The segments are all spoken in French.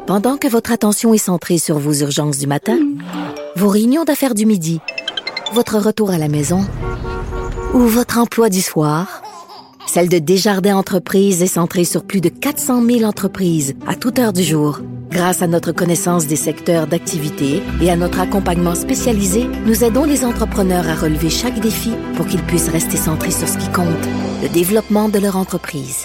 Pendant que votre attention est centrée sur vos urgences du matin, vos réunions d'affaires du midi, votre retour à la maison ou votre emploi du soir, celle de Desjardins Entreprises est centrée sur plus de 400 000 entreprises à toute heure du jour. Grâce à notre connaissance des secteurs d'activité et à notre accompagnement spécialisé, nous aidons les entrepreneurs à relever chaque défi pour qu'ils puissent rester centrés sur ce qui compte, le développement de leur entreprise.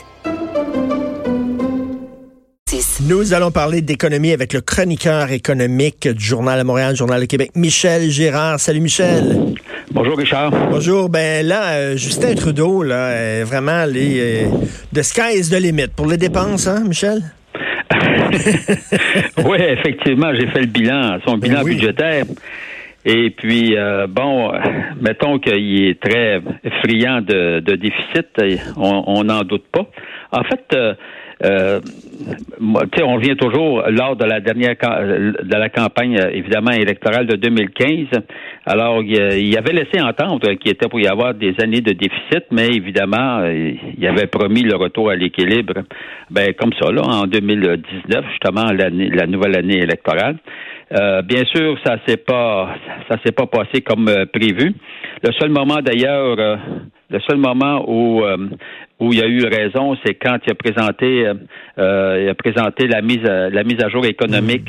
Nous allons parler d'économie avec le chroniqueur économique du Journal de Montréal, Journal de Québec, Michel Gérard. Salut Michel. Bonjour Richard. Bonjour. Ben là, Justin Trudeau, là, vraiment, the sky is the limit pour les dépenses, hein, Michel? Oui, effectivement, j'ai fait le bilan, son bilan budgétaire. Et puis, mettons qu'il est très friand de déficit, on n'en doute pas. En fait, on revient toujours lors de la campagne évidemment électorale de 2015. Alors, il avait laissé entendre qu'il était pour y avoir des années de déficit, mais évidemment, il avait promis le retour à l'équilibre. Ben comme ça, là, en 2019, justement, la nouvelle année électorale. Bien sûr, ça s'est pas passé comme prévu. Le seul moment d'ailleurs, où il y a eu raison, c'est quand il a présenté la mise à jour économique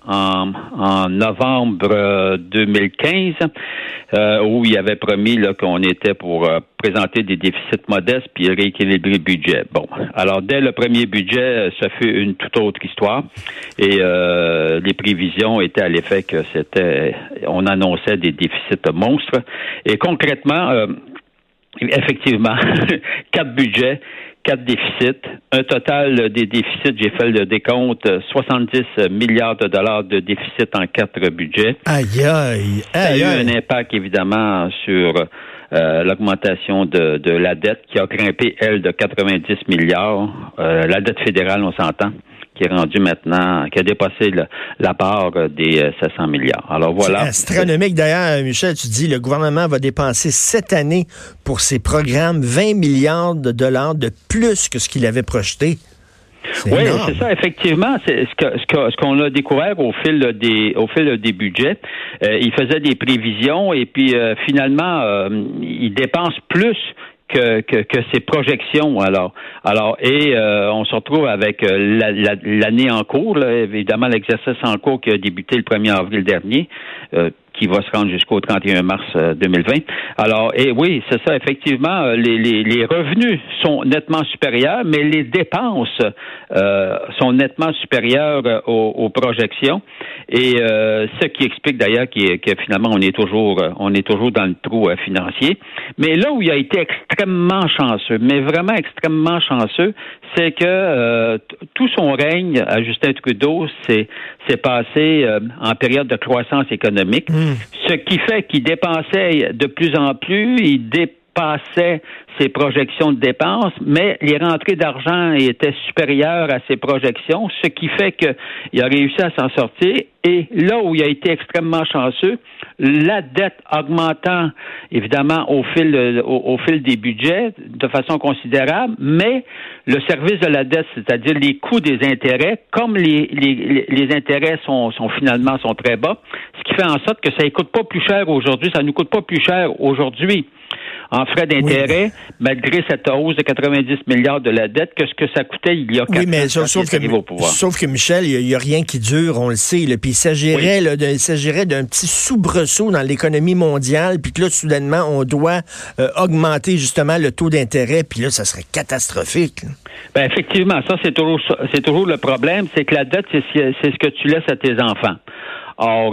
en novembre 2015, où il avait promis là, qu'on était pour présenter des déficits modestes puis rééquilibrer le budget. Bon, alors dès le premier budget, ça fut une toute autre histoire et les prévisions étaient à l'effet que on annonçait des déficits monstres et concrètement. Effectivement, 4 budgets, 4 déficits, un total des déficits, j'ai fait le décompte, 70 milliards de dollars de déficit en 4 budgets. Aïe, aïe, Ça a eu un impact, évidemment, sur l'augmentation de la dette qui a grimpé, elle, de 90 milliards. La dette fédérale, on s'entend, qui est rendue maintenant, qui a dépassé la part des 700 milliards. Alors voilà. C'est astronomique. D'ailleurs, Michel, tu dis, le gouvernement va dépenser cette année pour ses programmes 20 milliards de dollars de plus que ce qu'il avait projeté. Oui, c'est ça, effectivement. C'est ce qu'on a découvert au fil des budgets. Il faisait des prévisions et puis finalement, il dépense plus que ces projections. Alors on se retrouve avec l'année en cours, là, évidemment l'exercice en cours qui a débuté le 1er avril dernier, qui va se rendre jusqu'au 31 mars 2020. Alors, et oui, c'est ça, effectivement, les revenus sont nettement supérieurs, mais les dépenses sont nettement supérieures aux projections. Et ce qui explique d'ailleurs que finalement on est toujours dans le trou financier. Mais là où il a été extrêmement chanceux, mais vraiment extrêmement chanceux, c'est que tout son règne à Justin Trudeau s'est passé en période de croissance économique. Ce qui fait qu'il dépensait de plus en plus, il dépassait ses projections de dépenses, mais les rentrées d'argent étaient supérieures à ses projections, ce qui fait qu'il a réussi à s'en sortir. Et là où il a été extrêmement chanceux, la dette augmentant évidemment au fil des budgets de façon considérable, mais le service de la dette, c'est-à-dire les coûts des intérêts, comme les intérêts sont très bas, ce qui fait en sorte que ça ne coûte pas plus cher aujourd'hui, ça ne nous coûte pas plus cher aujourd'hui en frais d'intérêt, malgré cette hausse de 90 milliards de la dette, que ce que ça coûtait il y a 4 ans. Sauf que Michel, il n'y a rien qui dure, on le sait. Là, puis il s'agirait d'un petit soubresaut dans l'économie mondiale, puis que là, soudainement, on doit augmenter justement le taux d'intérêt, puis là, ça serait catastrophique. Là. Ben effectivement, ça c'est toujours le problème, c'est que la dette, c'est ce que tu laisses à tes enfants. Or,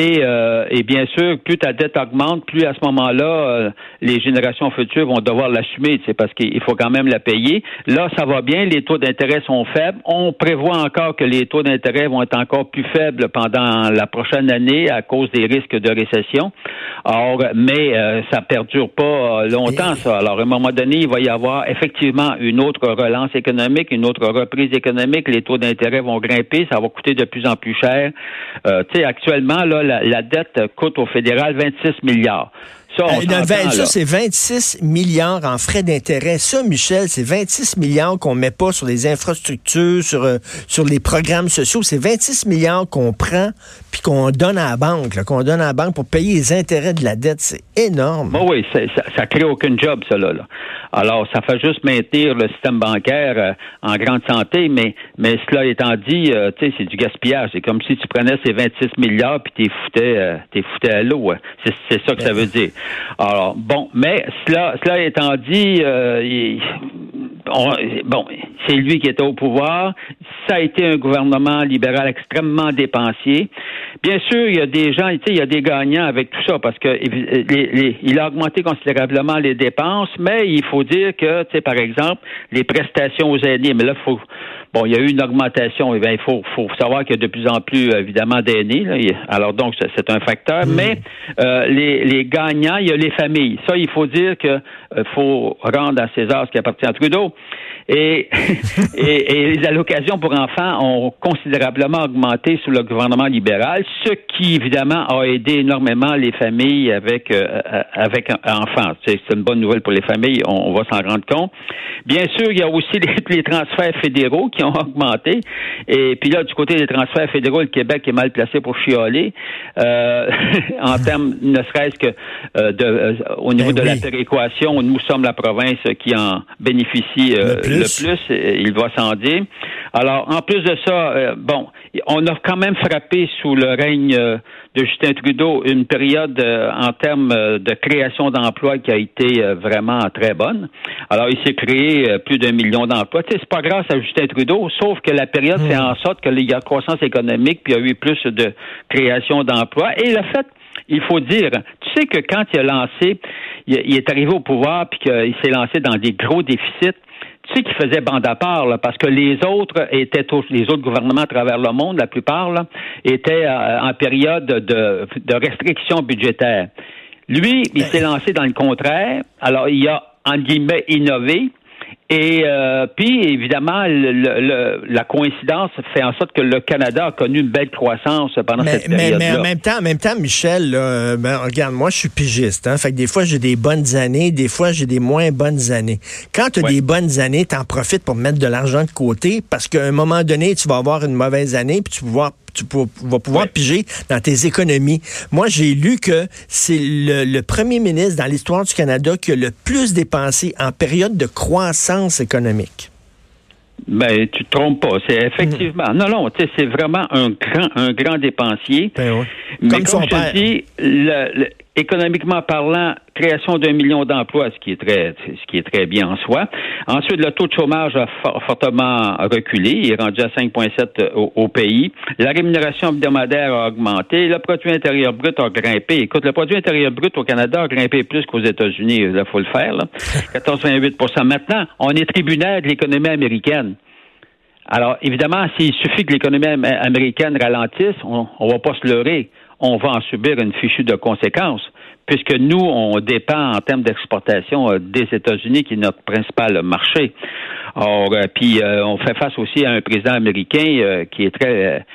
et bien sûr, plus ta dette augmente, plus à ce moment-là, les générations futures vont devoir l'assumer, parce qu'il faut quand même la payer. Là, ça va bien, les taux d'intérêt sont faibles. On prévoit encore que les taux d'intérêt vont être encore plus faibles pendant la prochaine année à cause des risques de récession. Or, mais ça perdure pas longtemps, ça. Alors, à un moment donné, il va y avoir effectivement une autre relance économique, une autre reprise économique. Les taux d'intérêt vont grimper, ça va coûter de plus en plus cher. Actuellement, là, la dette coûte au fédéral 26 milliards. Ça, ça, c'est 26 milliards en frais d'intérêt. Ça, Michel, c'est 26 milliards qu'on met pas sur les infrastructures, sur les programmes sociaux. C'est 26 milliards qu'on prend puis qu'on donne à la banque, pour payer les intérêts de la dette. C'est énorme. Bon, oui, ça crée aucun job, ça, là. Alors, ça fait juste maintenir le système bancaire en grande santé, mais cela étant dit, tu sais, c'est du gaspillage. C'est comme si tu prenais ces 26 milliards puis t'es foutais à l'eau. C'est ça que ça veut dire. Alors, bon, mais cela étant dit, c'est lui qui était au pouvoir. Ça a été un gouvernement libéral extrêmement dépensier. Bien sûr, il y a des gens, tu sais, il y a des gagnants avec tout ça parce que il a augmenté considérablement les dépenses, mais il faut dire que, tu sais, par exemple, les prestations aux aînés, mais là, il y a eu une augmentation. Il faut savoir qu'il y a de plus en plus, évidemment, d'aînés. Là. Alors, donc, c'est un facteur. Mais les gagnants, il y a les familles. Ça, il faut dire que faut rendre à César ce qui appartient à Trudeau. Et les allocations pour enfants ont considérablement augmenté sous le gouvernement libéral, ce qui, évidemment, a aidé énormément les familles avec enfants. C'est une bonne nouvelle pour les familles, on va s'en rendre compte. Bien sûr, il y a aussi les transferts fédéraux qui ont augmenté. Et puis là, du côté des transferts fédéraux, le Québec est mal placé pour chialer. En termes, ne serait-ce que au niveau de la péréquation, nous sommes la province qui en bénéficie le plus, il va sans dire. Alors, en plus de ça, on a quand même frappé sous le règne de Justin Trudeau une période en termes de création d'emplois qui a été vraiment très bonne. Alors, il s'est créé plus d'1 million d'emplois. Tu sais, c'est pas grâce à Justin Trudeau, sauf que la période fait en sorte qu'il y a croissance économique, puis il y a eu plus de création d'emplois. Et le fait, il faut dire, tu sais que quand il est arrivé au pouvoir, puis qu'il s'est lancé dans des gros déficits, tu sais qu'il faisait bande à part, là, parce que les autres gouvernements à travers le monde, la plupart, là, étaient en période de restrictions budgétaires. Lui, il s'est lancé dans le contraire. Alors, il a, entre guillemets, innové. Et puis, évidemment, la coïncidence fait en sorte que le Canada a connu une belle croissance pendant cette période-là. Mais en même temps, Michel, là, regarde, moi, je suis pigiste. Fait que des fois, j'ai des bonnes années, des fois, j'ai des moins bonnes années. Quand tu as des bonnes années, tu en profites pour mettre de l'argent de côté parce qu'à un moment donné, tu vas avoir une mauvaise année puis tu vas pouvoir piger dans tes économies. Moi, j'ai lu que c'est le premier ministre dans l'histoire du Canada qui a le plus dépensé en période de croissance économique. Ben, tu te trompes pas. C'est effectivement. Non, tu sais, c'est vraiment un grand dépensier. Ben oui. Mais comme je te dis, économiquement parlant, création d'1 million d'emplois, ce qui est très bien en soi. Ensuite, le taux de chômage a fortement reculé. Il est rendu à 5,7 au pays. La rémunération hebdomadaire a augmenté. Le produit intérieur brut a grimpé. Écoute, le produit intérieur brut au Canada a grimpé plus qu'aux États-Unis. Il faut le faire, là. 14,8 %. Maintenant, on est tributaire de l'économie américaine. Alors, évidemment, s'il suffit que l'économie américaine ralentisse, on va pas se leurrer. On va en subir une fichue de conséquences, puisque nous, on dépend en termes d'exportation des États-Unis, qui est notre principal marché. Or, puis on fait face aussi à un président américain qui est très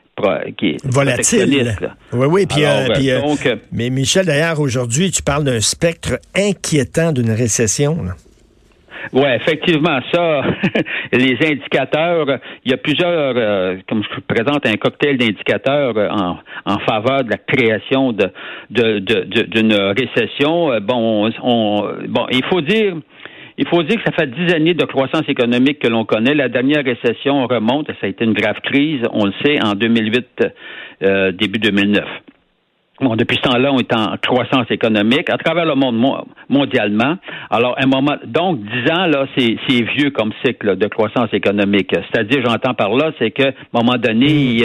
volatile. Oui. Mais Michel, d'ailleurs, aujourd'hui, tu parles d'un spectre inquiétant d'une récession, là. Oui, effectivement, ça, les indicateurs, il y a plusieurs, comme je présente un cocktail d'indicateurs en faveur de la création d'une récession. Il faut dire que ça fait 10 années de croissance économique que l'on connaît. La dernière récession remonte, ça a été une grave crise, on le sait, en 2008, début 2009. Bon, depuis ce temps-là, on est en croissance économique à travers le monde mondialement. Alors, donc 10 ans, là, c'est vieux comme cycle de croissance économique. C'est-à-dire, j'entends par là, c'est que, à un moment donné, il y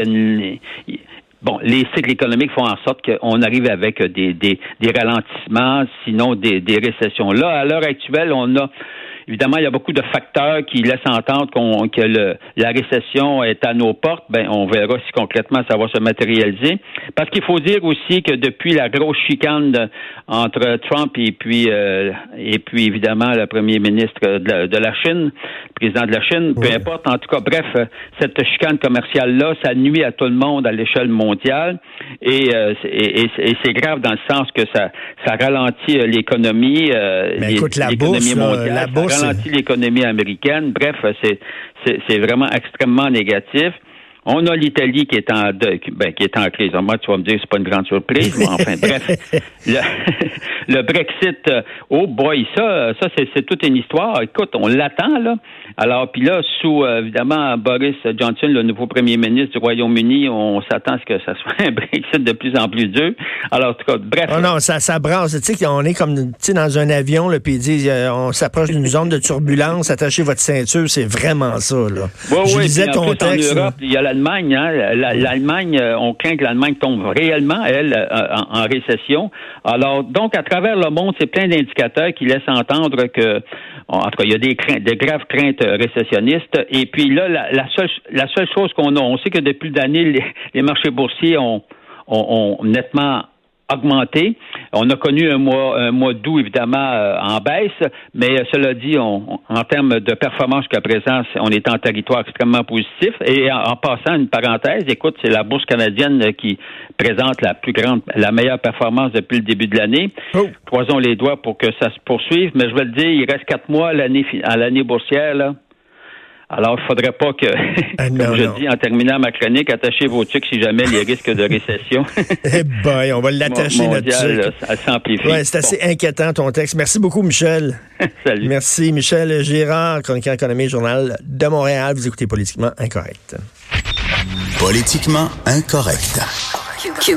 a les cycles économiques font en sorte qu'on arrive avec des ralentissements, sinon des récessions. Là, à l'heure actuelle, on a évidemment, il y a beaucoup de facteurs qui laissent entendre que la récession est à nos portes. Ben, on verra si concrètement ça va se matérialiser. Parce qu'il faut dire aussi que depuis la grosse chicane entre Trump et puis évidemment le premier ministre de la Chine, le président de la Chine, peu importe, en tout cas, bref, cette chicane commerciale-là, ça nuit à tout le monde à l'échelle mondiale et c'est grave dans le sens que ça ralentit l'économie, l'économie mondiale, ça ralentit l'économie américaine. Bref, c'est vraiment extrêmement négatif. On a l'Italie qui est en crise. Moi, tu vas me dire, c'est pas une grande surprise, mais enfin, bref. Le Brexit, oh boy, ça, c'est toute une histoire. Écoute, on l'attend, là. Alors, puis là, sous, évidemment, Boris Johnson, le nouveau premier ministre du Royaume-Uni, on s'attend à ce que ça soit un Brexit de plus en plus dur. Alors, en tout cas, bref. Oh non, ça brasse. Tu sais, on est comme, tu sais, dans un avion, là, puis ils disent, on s'approche d'une zone de turbulence, attachez votre ceinture, c'est vraiment ça, là. Je lisais ton texte. En Europe, il y a l'Allemagne, hein. L'Allemagne, on craint que l'Allemagne tombe réellement, elle, en récession. Alors, donc, à travers le monde, c'est plein d'indicateurs qui laissent entendre que, en tout cas, il y a des graves craintes récessionnistes. Et puis là, la seule chose qu'on a, on sait que depuis l'année, les marchés boursiers ont nettement augmenté. On a connu un mois d'août, évidemment, en baisse, mais cela dit, en termes de performance jusqu'à présent, on est en territoire extrêmement positif. Et en passant une parenthèse, écoute, c'est la bourse canadienne qui présente la meilleure performance depuis le début de l'année. Croisons les doigts pour que ça se poursuive, mais je vais le dire, il reste 4 mois à l'année boursière, là. Alors, il ne faudrait pas que, comme je dis en terminant ma chronique, attachez vos trucs si jamais il y a risque de récession. Eh ben, on va l'attacher notre ça s'amplifie. Ouais, c'est assez inquiétant ton texte. Merci beaucoup, Michel. Salut. Merci, Michel Girard, chroniqueur économie, Journal de Montréal. Vous écoutez Politiquement Incorrect. Politiquement Incorrect.